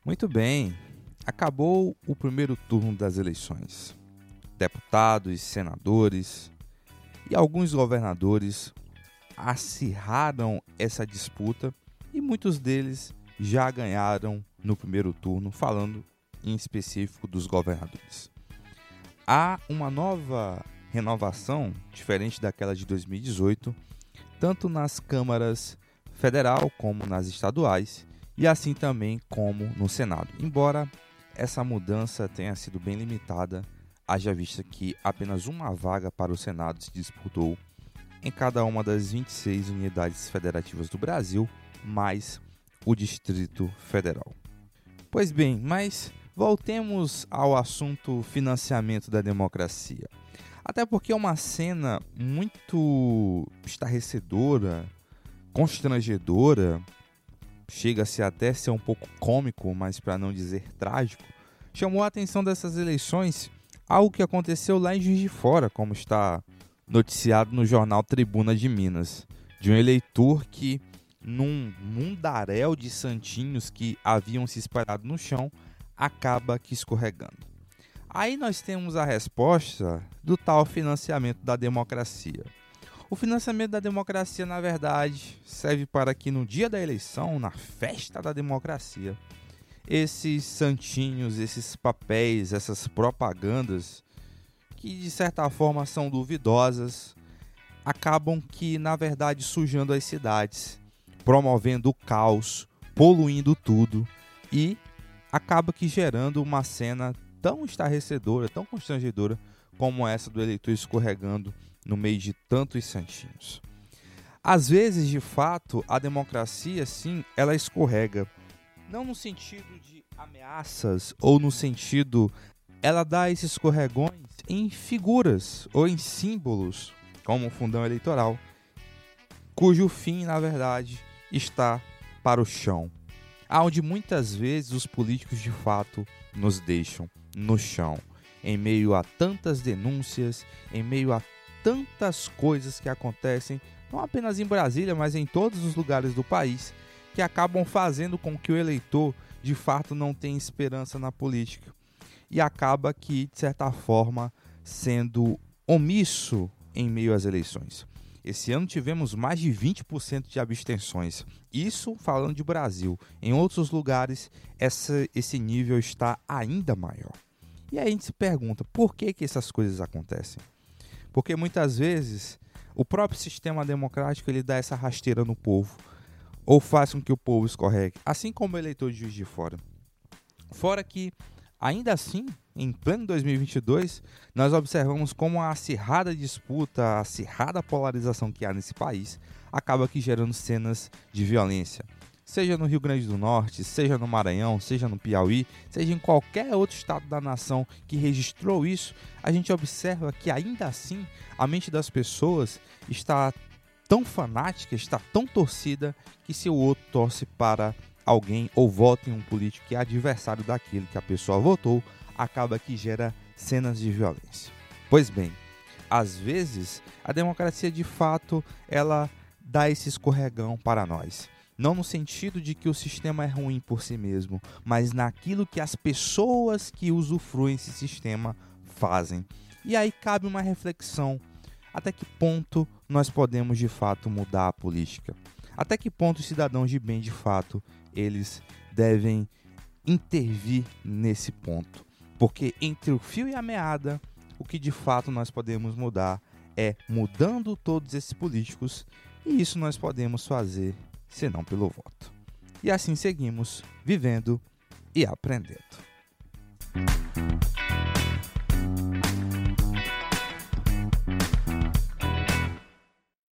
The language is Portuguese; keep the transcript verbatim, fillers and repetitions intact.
Muito bem, acabou o primeiro turno das eleições. Deputados, senadores e alguns governadores acirraram essa disputa e muitos deles já ganharam no primeiro turno, falando em específico dos governadores. Há uma nova renovação, diferente daquela de dois mil e dezoito, tanto nas câmaras federal como nas estaduais, e assim também como no Senado. Embora essa mudança tenha sido bem limitada, haja vista que apenas uma vaga para o Senado se disputou em cada uma das vinte e seis unidades federativas do Brasil, mais o Distrito Federal. Pois bem, mas voltemos ao assunto financiamento da democracia. Até porque é uma cena muito estarrecedora, constrangedora, chega-se até a ser um pouco cômico, mas para não dizer trágico, chamou a atenção dessas eleições algo que aconteceu lá em Juiz de Fora, como está noticiado no jornal Tribuna de Minas, de um eleitor que, num mundaréu de santinhos que haviam se espalhado no chão, acaba que escorregando. Aí nós temos a resposta do tal financiamento da democracia. O financiamento da democracia, na verdade, serve para que no dia da eleição, na festa da democracia, esses santinhos, esses papéis, essas propagandas, que de certa forma são duvidosas, acabam que, na verdade, sujando as cidades, promovendo o caos, poluindo tudo e acaba que gerando uma cena tão estarrecedora, tão constrangedora como essa do eleitor escorregando no meio de tantos santinhos. Às vezes, de fato, a democracia, sim, ela escorrega. Não no sentido de ameaças ou no sentido... Ela dá esses escorregões em figuras ou em símbolos, como o fundão eleitoral, cujo fim, na verdade, está para o chão. Onde muitas vezes os políticos, de fato, nos deixam no chão, em meio a tantas denúncias, em meio a tantas coisas que acontecem, não apenas em Brasília, mas em todos os lugares do país, que acabam fazendo com que o eleitor, de fato, não tenha esperança na política. E acaba que, de certa forma, sendo omisso em meio às eleições. Esse ano tivemos mais de vinte por cento de abstenções. Isso falando de Brasil. Em outros lugares, essa, esse nível está ainda maior. E aí a gente se pergunta, por que que essas coisas acontecem? Porque muitas vezes o próprio sistema democrático ele dá essa rasteira no povo, ou faz com que o povo escorregue, assim como o eleitor de Juiz de Fora. Fora que, ainda assim, em pleno dois mil e vinte e dois, nós observamos como a acirrada disputa, a acirrada polarização que há nesse país, acaba aqui gerando cenas de violência. Seja no Rio Grande do Norte, seja no Maranhão, seja no Piauí, seja em qualquer outro estado da nação que registrou isso, a gente observa que ainda assim a mente das pessoas está tão fanática, está tão torcida, que se o outro torce para alguém ou vota em um político que é adversário daquele que a pessoa votou, acaba que gera cenas de violência. Pois bem, às vezes a democracia de fato ela dá esse escorregão para nós. Não no sentido de que o sistema é ruim por si mesmo, mas naquilo que as pessoas que usufruem esse sistema fazem. E aí cabe uma reflexão. Até que ponto nós podemos de fato mudar a política? Até que ponto os cidadãos de bem de fato eles devem intervir nesse ponto? Porque entre o fio e a meada, o que de fato nós podemos mudar é mudando todos esses políticos, e isso nós podemos fazer senão pelo voto. E assim seguimos, vivendo e aprendendo.